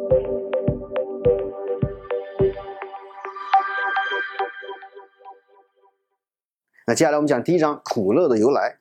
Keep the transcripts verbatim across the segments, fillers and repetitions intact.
那接下来我们讲第一章苦乐的由来。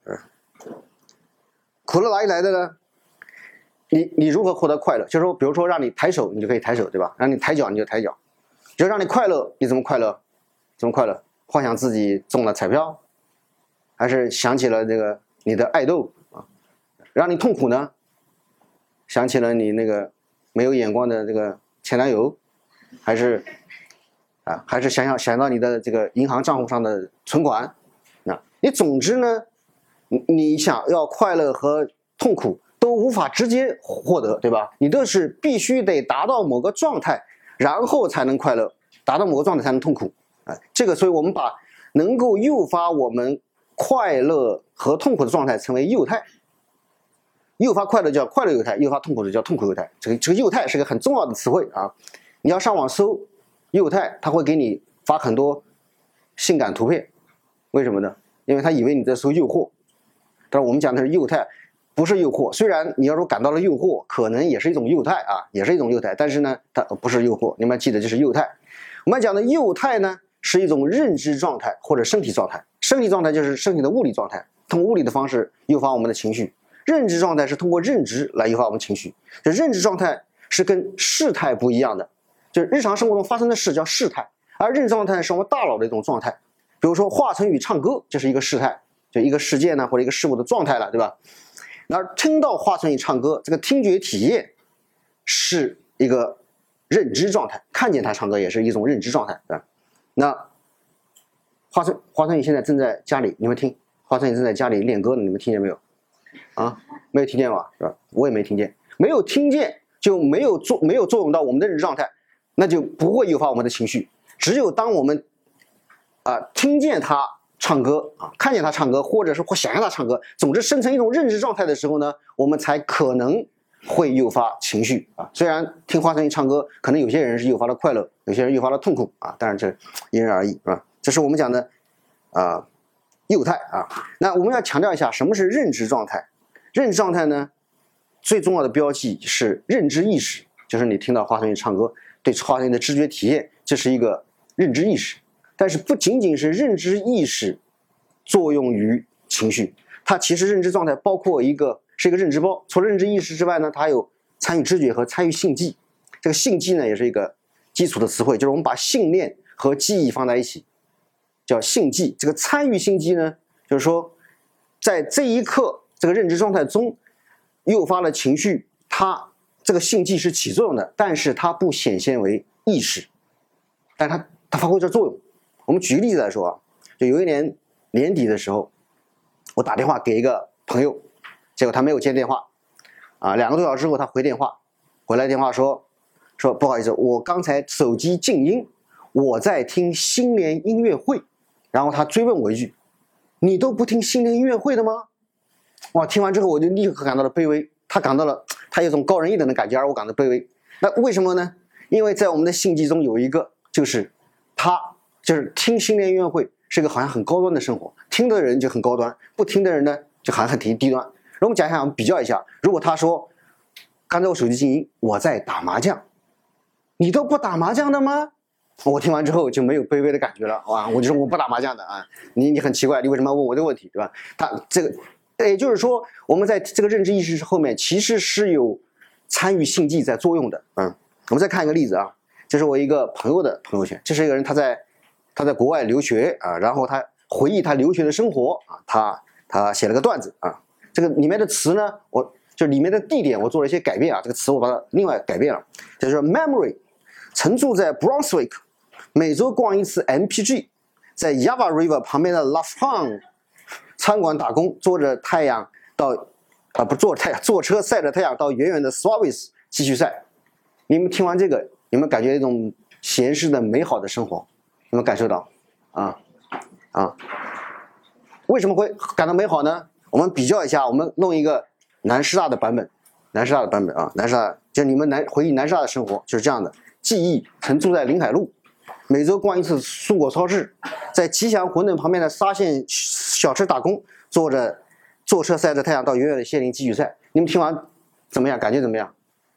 苦乐哪里来的呢？你你如何获得快乐？就是说，比如说让你抬手，你就可以抬手，对吧？让你抬脚，你就抬脚。就让你快乐，你怎么快乐？怎么快乐？幻想自己中了彩票，还是想起了这个你的爱豆啊？让你痛苦呢？想起了你那个没有眼光的这个前男友，还是啊？还是想想想到你的这个银行账户上的存款？那你总之呢，你你想要快乐和痛苦都无法直接获得，对吧？你都是必须得达到某个状态，然后才能快乐，达到某个状态才能痛苦。啊，这个，所以我们把能够诱发我们快乐和痛苦的状态称为诱态。诱发快乐叫快乐诱态，诱发痛苦的叫痛苦诱态。这个这个诱态是个很重要的词汇啊！你要上网搜诱态，它会给你发很多性感图片，为什么呢？因为他以为你在搜诱惑。但是我们讲的是诱态，不是诱惑。虽然你要说感到了诱惑，可能也是一种诱态啊，也是一种诱态，但是呢，它不是诱惑。你们要记得，这是诱态。我们讲的诱态呢，是一种认知状态或者身体状态。身体状态就是身体的物理状态，通过物理的方式诱发我们的情绪。认知状态是通过认知来诱发我们情绪。这认知状态是跟事态不一样的，就是日常生活中发生的事叫事态，而认知状态是我们大脑的一种状态。比如说华晨宇唱歌，这是一个事态，就一个事件呢或者一个事物的状态了，对吧？而听到华晨宇唱歌，这个听觉体验是一个认知状态，看见他唱歌也是一种认知状态，对吧？那华晨华晨宇现在正在家里，你们听，华晨宇正在家里练歌呢，你们听见没有？啊，没有听见吧？是吧？我也没听见，没有听见就没有作没有作用到我们的认知状态，那就不会诱发我们的情绪。只有当我们啊、呃、听见他唱歌啊，看见他唱歌，或者是或想象他唱歌，总之生成一种认知状态的时候呢，我们才可能会诱发情绪啊。虽然听华晨宇唱歌，可能有些人是诱发了快乐，有些人诱发了痛苦啊，当然这因人而异，是吧？这是我们讲的啊。呃诱态啊，那我们要强调一下什么是认知状态。认知状态呢，最重要的标记是认知意识，就是你听到华晨宇唱歌，对华晨宇的知觉体验，这是一个认知意识。但是不仅仅是认知意识作用于情绪，它其实认知状态包括一个是一个认知包。除了认知意识之外呢，它还有参与知觉和参与信记。这个信记呢，也是一个基础的词汇，就是我们把信念和记忆放在一起。叫信记。这个参与信记呢，就是说在这一刻这个认知状态中诱发了情绪，它这个信记是起作用的，但是它不显现为意识，但它它发挥着作用。我们举个例子来说啊，就有一年年底的时候，我打电话给一个朋友，结果他没有接电话啊，两个多小时之后他回电话，回来电话说说不好意思，我刚才手机静音，我在听新年音乐会。然后他追问我一句：“你都不听新年音乐会的吗？”哇！听完之后我就立刻感到了卑微，他感到了他有一种高人一等的感觉，而我感到卑微。那为什么呢？因为在我们的信记中有一个，就是他就是听新年音乐会是一个好像很高端的生活，听的人就很高端，不听的人呢就好像很低低端。然后我们讲一下，我们比较一下，如果他说：“刚才我手机静音，我在打麻将。”你都不打麻将的吗？我听完之后就没有卑微的感觉了，哇！我就说我不打麻将的啊，你你很奇怪，你为什么要问我这个问题，对吧？他这个，也就是说，我们在这个认知意识后面其实是有参与信记在作用的，嗯。我们再看一个例子啊，这是我一个朋友的朋友圈，这是一个人他在他在国外留学啊，然后他回忆他留学的生活啊，他他写了个段子啊，这个里面的词呢，我就里面的地点我做了一些改变啊，这个词我把它另外改变了，就是说 memory 曾住在 Brunswick。每周逛一次 M P G， 在 Yarra River 旁边的 La Fun 餐馆打工，坐着太阳到啊不坐着太阳，坐车晒着太阳到远远的 Swavis 继续晒。你们听完这个，有没有感觉一种闲适的美好的生活？有没有感受到？啊啊，为什么会感到美好呢？我们比较一下，我们弄一个南师大的版本，南师大的版本啊，南师大就你们南回忆南师大的生活就是这样的。记忆曾住在临海路。每周逛一次蔬果超市，在吉祥馄饨旁边的沙县小吃打工，坐着坐车晒着太阳到远远的谢林继续晒。你们听完怎么样？感觉怎么样？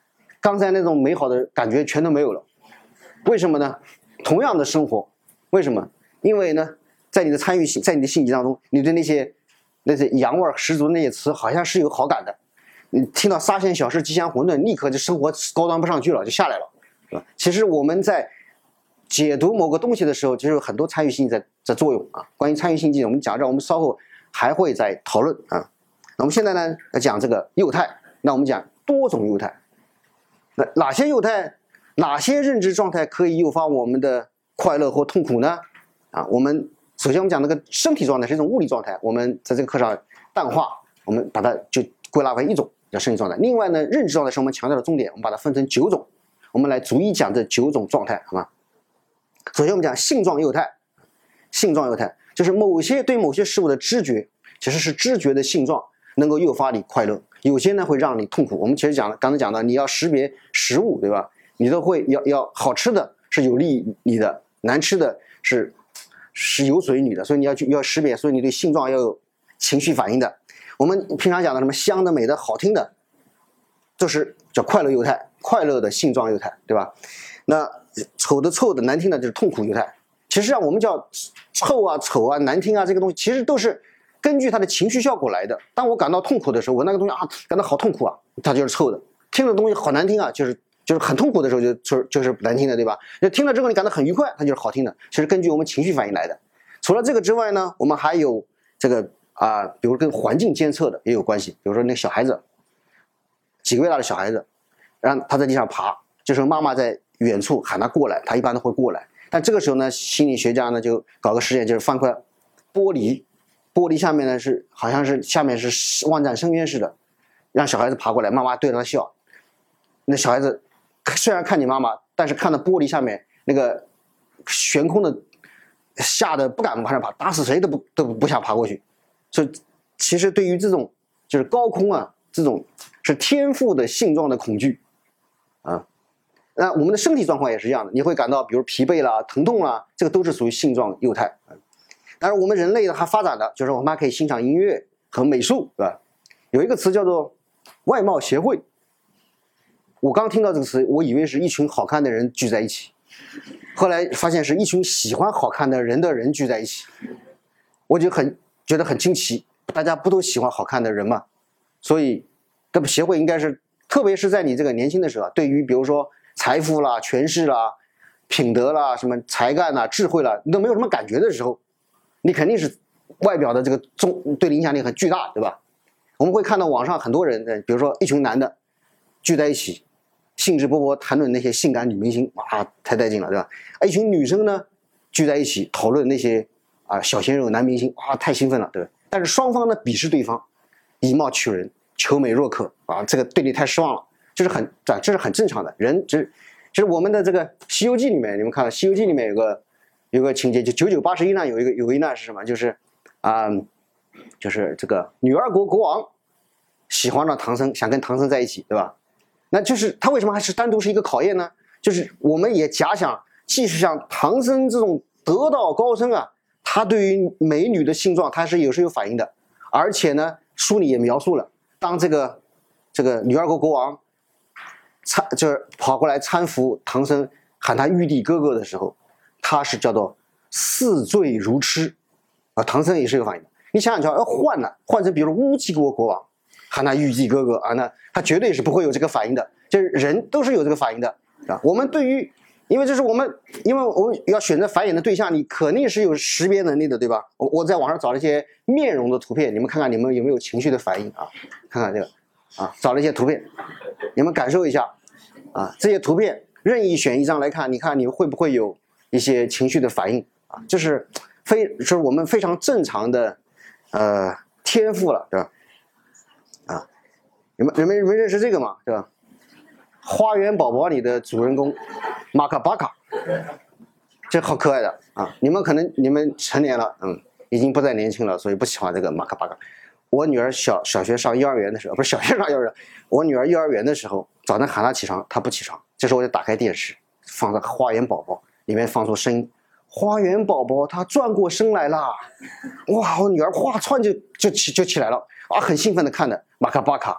刚才那种美好的感觉全都没有了。为什么呢？同样的生活，为什么？因为呢，在你的参与性，在你的性格当中，你对那些那些洋味十足的那些词好像是有好感的。你听到沙县小吃吉祥馄饨，立刻就生活高端不上去了，就下来了，是吧？其实我们在解读某个东西的时候，其实有很多参与性在在作用啊。关于参与性我们讲这，我们稍后还会再讨论啊。那我们现在呢要讲这个幼态，那我们讲多种幼态。那哪些幼态，哪些认知状态可以诱发我们的快乐或痛苦呢？啊，我们首先我们讲那个身体状态是一种物理状态，我们在这个课上淡化，我们把它就归纳为一种叫身体状态。另外呢，认知状态是我们强调的重点，我们把它分成九种，我们来逐一讲这九种状态，好吗？首先我们讲性状幼态，性状幼态就是某些对某些事物的知觉，其实是知觉的性状能够诱发你快乐，有些呢会让你痛苦。我们其实讲刚才讲到，你要识别食物，对吧？你都会要要好吃的是有利你的，难吃的是是有损于你的，所以你要去要识别，所以你对性状要有情绪反应的。我们平常讲的什么香的、美的、好听的，就是叫快乐幼态，快乐的性状幼态，对吧？那丑的、臭的、难听的就是痛苦幼态。其实上我们叫臭啊、丑啊、难听啊，这个东西其实都是根据它的情绪效果来的。当我感到痛苦的时候，我那个东西啊感到好痛苦啊，它就是臭的；听的东西好难听啊，就是就是很痛苦的时候就就就是难听的，对吧？就听了之后你感到很愉快，它就是好听的。其实根据我们情绪反应来的。除了这个之外呢，我们还有这个啊、呃，比如跟环境监测的也有关系。比如说那个小孩子，几个月大的小孩子，让他在地上爬，这时候妈妈在远处喊他过来，他一般都会过来。但这个时候呢，心理学家呢就搞个实验，就是放块玻璃，玻璃下面呢是好像是下面是万丈深渊似的，让小孩子爬过来，妈妈对着他笑。那小孩子虽然看你妈妈，但是看到玻璃下面那个悬空的，吓得不敢往上爬，打死谁都不都不想爬过去。所以其实对于这种就是高空啊，这种是天赋的性状的恐惧啊。那我们的身体状况也是一样的，你会感到比如疲惫啦、疼痛啦，这个都是属于性状幼态。当然我们人类还发展的就是我们还可以欣赏音乐和美术，对吧？有一个词叫做外貌协会。我刚听到这个词，我以为是一群好看的人聚在一起，后来发现是一群喜欢好看的人的人聚在一起，我就很觉得很惊奇，大家不都喜欢好看的人吗？所以这个协会应该是，特别是在你这个年轻的时候，对于比如说财富啦、权势啦、品德啦、什么才干啦、智慧啦，你都没有什么感觉的时候，你肯定是外表的这个重对你影响力很巨大，对吧？我们会看到网上很多人，比如说一群男的聚在一起，兴致勃勃谈论那些性感女明星，哇，太带劲了，对吧？一群女生呢聚在一起讨论那些啊小鲜肉男明星，哇，太兴奋了，对吧？但是双方呢鄙视对方，以貌取人，求美若渴啊，这个对你太失望了，这是很这是很正常的。人只就是我们的这个《西游记》里面，你们看《西游记》里面有个有个情节，就九九八十一难有一个有一难是什么？就是啊、嗯，就是这个女儿国国王喜欢上唐僧，想跟唐僧在一起，对吧？那就是他为什么还是单独是一个考验呢？就是我们也假想，即使像唐僧这种得道高僧啊，他对于美女的性状他是有是有反应的，而且呢，书里也描述了，当这个这个女儿国国王参就是跑过来搀扶唐僧，喊他玉帝哥哥的时候，他是叫做似醉如痴啊，唐僧也是有反应的。你想想瞧，要换了，换成比如乌鸡国国王喊他玉帝哥哥啊，那他绝对是不会有这个反应的，就是人都是有这个反应的啊。我们对于，因为这是我们，因为我们要选择繁衍的对象，你肯定是有识别能力的，对吧？我我在网上找了一些面容的图片，你们看看你们有没有情绪的反应啊？看看这个啊，找了一些图片，你们感受一下啊，这些图片任意选一张来看，你看你会不会有一些情绪的反应啊？这是非是我们非常正常的呃天赋了，对吧？啊，你们你们你们认识这个吗？对吧？花园宝宝里的主人公马卡巴卡，这好可爱的啊！你们可能你们成年了，嗯，已经不再年轻了，所以不喜欢这个马卡巴卡。我女儿小小学上幼儿园的时候，不是小学上幼儿园，我女儿幼儿园的时候，早上喊她起床，她不起床，这时候我就打开电视，放在花园宝宝里面放出声音，花园宝宝他转过身来啦！哇，我女儿哗窜就就起就起来了啊，很兴奋的看的马卡巴卡。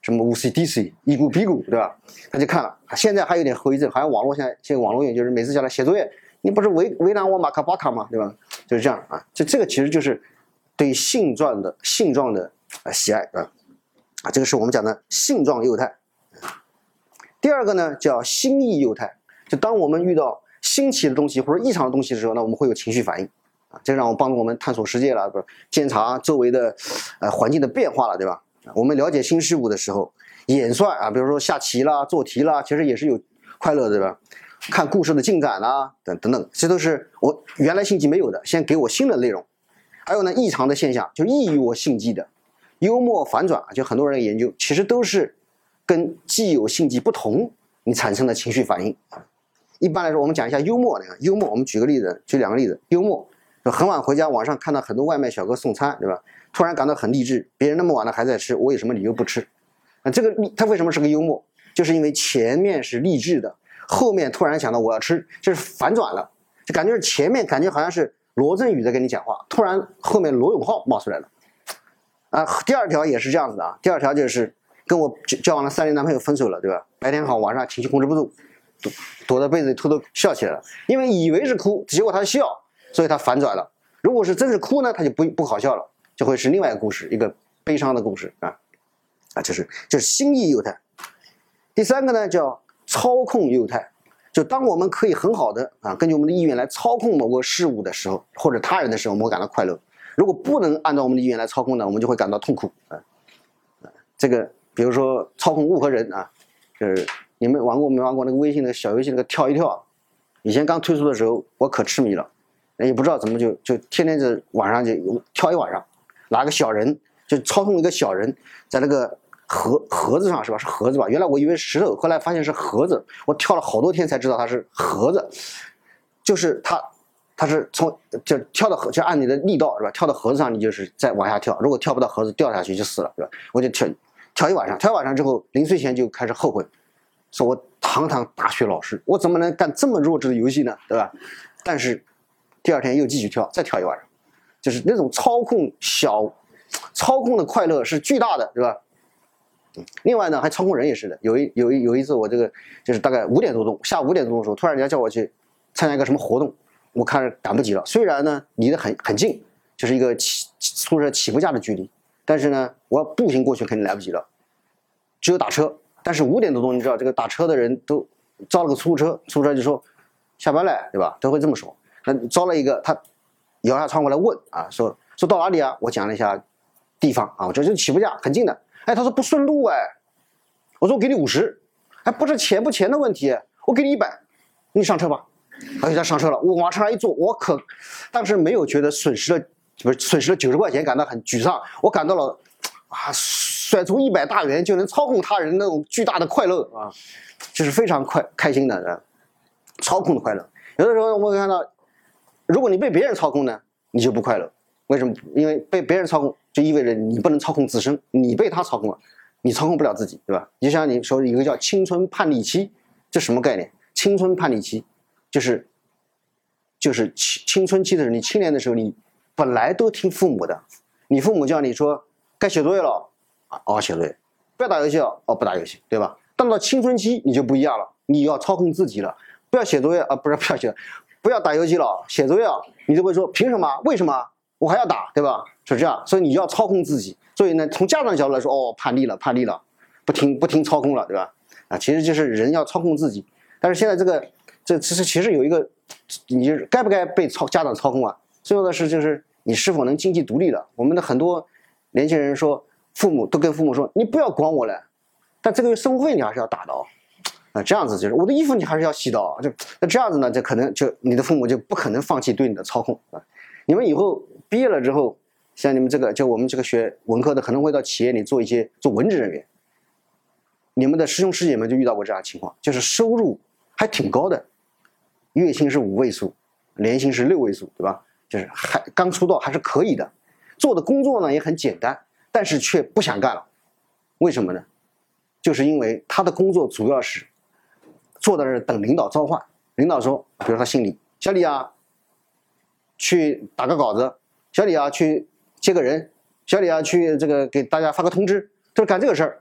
什么 U C D C 一股比股，对吧？他就看了，现在还有点后遗症，好像网络现在现在网络用就是每次叫他写作业，你不是为为难我马卡巴卡吗？对吧？就是这样啊，就这个其实就是对性状的性状的啊喜爱啊啊，这个是我们讲的性状幼态。第二个呢叫心意幼态，就当我们遇到新奇的东西或者异常的东西的时候呢，我们会有情绪反应啊，这让我帮助我们探索世界了，不是检查周围的呃环境的变化了，对吧？我们了解新事物的时候，演算啊，比如说下棋啦、做题啦，其实也是有快乐的，对吧？看故事的进展啦，等等等，这都是我原来性技没有的，先给我新的内容。还有呢，异常的现象，就异于我性技的，幽默反转，就很多人研究，其实都是跟既有性技不同，你产生的情绪反应。一般来说，我们讲一下幽默，幽默，我们举个例子，举两个例子，幽默，就很晚回家，网上看到很多外卖小哥送餐，对吧？突然感到很励志，别人那么晚了还在吃，我有什么理由不吃？啊，这个他为什么是个幽默？就是因为前面是励志的，后面突然想到我要吃，就是反转了，就感觉是前面感觉好像是罗振宇在跟你讲话，突然后面罗永浩冒出来了。啊，第二条也是这样子的啊，第二条就是跟我交往了三年男朋友分手了，对吧？白天好，晚上情绪控制不住，躲躲在被子里偷偷笑起来了，因为以为是哭，结果他笑，所以他反转了。如果是真是哭呢，他就不不好笑了。就会是另外一个故事，一个悲伤的故事啊啊，这是这是心意幼态。第三个呢叫操控幼态，就当我们可以很好的啊根据我们的意愿来操控某个事物的时候，或者他人的时候，我们会感到快乐；如果不能按照我们的意愿来操控呢，我们就会感到痛苦啊。这个比如说操控物和人啊，就是你们玩过没玩过那个微信的小游戏那个跳一跳？以前刚推出的时候，我可痴迷了，也不知道怎么就就天天就晚上就跳一晚上。拿个小人就操纵一个小人在那个盒盒子上，是吧？是盒子吧？原来我以为是石头，后来发现是盒子，我跳了好多天才知道它是盒子，就是它它是从就跳到盒就按你的力道，是吧？跳到盒子上你就是再往下跳，如果跳不到盒子掉下去就死了，对吧？我就跳跳一晚上，跳一晚上之后临睡前就开始后悔，说我堂堂大学老师，我怎么能干这么弱智的游戏呢？对吧？但是第二天又继续跳，再跳一晚上。就是那种操控小操控的快乐是巨大的，对吧？另外呢，还操控人也是的。有一有一有一次，我这个就是大概五点多钟，下午五点多钟的时候，突然人家叫我去参加一个什么活动，我看着赶不及了。虽然呢离得很很近，就是一个起宿舍起步架的距离，但是呢，我要步行过去肯定来不及了，只有打车。但是五点多钟，你知道这个打车的人都招了个出租车，出租车就说下班了，对吧？都会这么说。那招了一个他。摇下窗户来问啊，说说到哪里啊？我讲了一下地方啊，我这就起步架很近的。哎，他说不顺路哎，我说我给你五十，哎，不是钱不钱的问题，我给你一百，你上车吧。而且他上车了，我往车上一坐，我可当时没有觉得损失了，不是损失了九十块钱，感到很沮丧，我感到了啊，甩出一百大元就能操控他人那种巨大的快乐啊，这是非常快开心的啊，操控的快乐。有的时候我们会看到。如果你被别人操控呢，你就不快乐。为什么？因为被别人操控，就意味着你不能操控自身，你被他操控了，你操控不了自己，对吧？就像你说一个叫青春叛逆期，这什么概念？青春叛逆期，就是就是青春期的时候，你青年的时候，你本来都听父母的，你父母叫你说该写作业了啊，哦写作业，不要打游戏了，哦不打游戏，对吧？到了青春期你就不一样了，你要操控自己了，不要写作业啊，不是不要写。不要打游戏了，写作业啊，你就会说凭什么？为什么我还要打，对吧？是这样，所以你要操控自己。所以呢，从家长的角度来说，哦，叛逆了，叛逆了，不听不听操控了，对吧？啊，其实就是人要操控自己。但是现在这个这其实其实有一个，你该不该被操家长操控啊？最后的是就是你是否能经济独立了。我们的很多年轻人说，父母都跟父母说，你不要管我了，但这个月生活费你还是要打的哦。啊，这样子就是我的衣服你还是要洗的啊，就那这样子呢，就可能就你的父母就不可能放弃对你的操控啊。你们以后毕业了之后，像你们这个就我们这个学文科的，可能会到企业里做一些做文职人员。你们的师兄师姐们就遇到过这样的情况，就是收入还挺高的，月薪是五位数，年薪是六位数，对吧？就是还刚出道还是可以的，做的工作呢也很简单，但是却不想干了，为什么呢？就是因为他的工作主要是坐在那儿等领导召唤，领导说，比如他姓李，小李啊，去打个稿子，小李啊去接个人，小李啊去这个给大家发个通知，就是干这个事儿。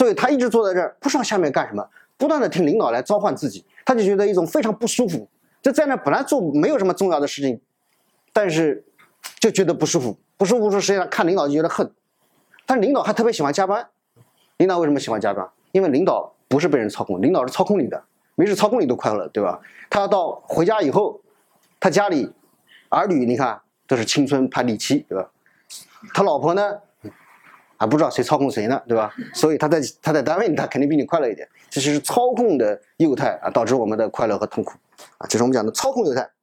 所以他一直坐在这儿，不知道下面干什么，不断的听领导来召唤自己，他就觉得一种非常不舒服。就在那本来做没有什么重要的事情，但是就觉得不舒服，不舒服说实际上看领导就觉得恨。但是领导还特别喜欢加班，领导为什么喜欢加班？因为领导不是被人操控，领导是操控你的，没事操控你都快乐，对吧？他要到回家以后，他家里儿女你看都是青春叛逆期，对吧？他老婆呢还不知道谁操控谁呢，对吧？所以他在他在单位他肯定比你快乐一点。这是操控的幼态啊，导致我们的快乐和痛苦啊，这是我们讲的操控幼态。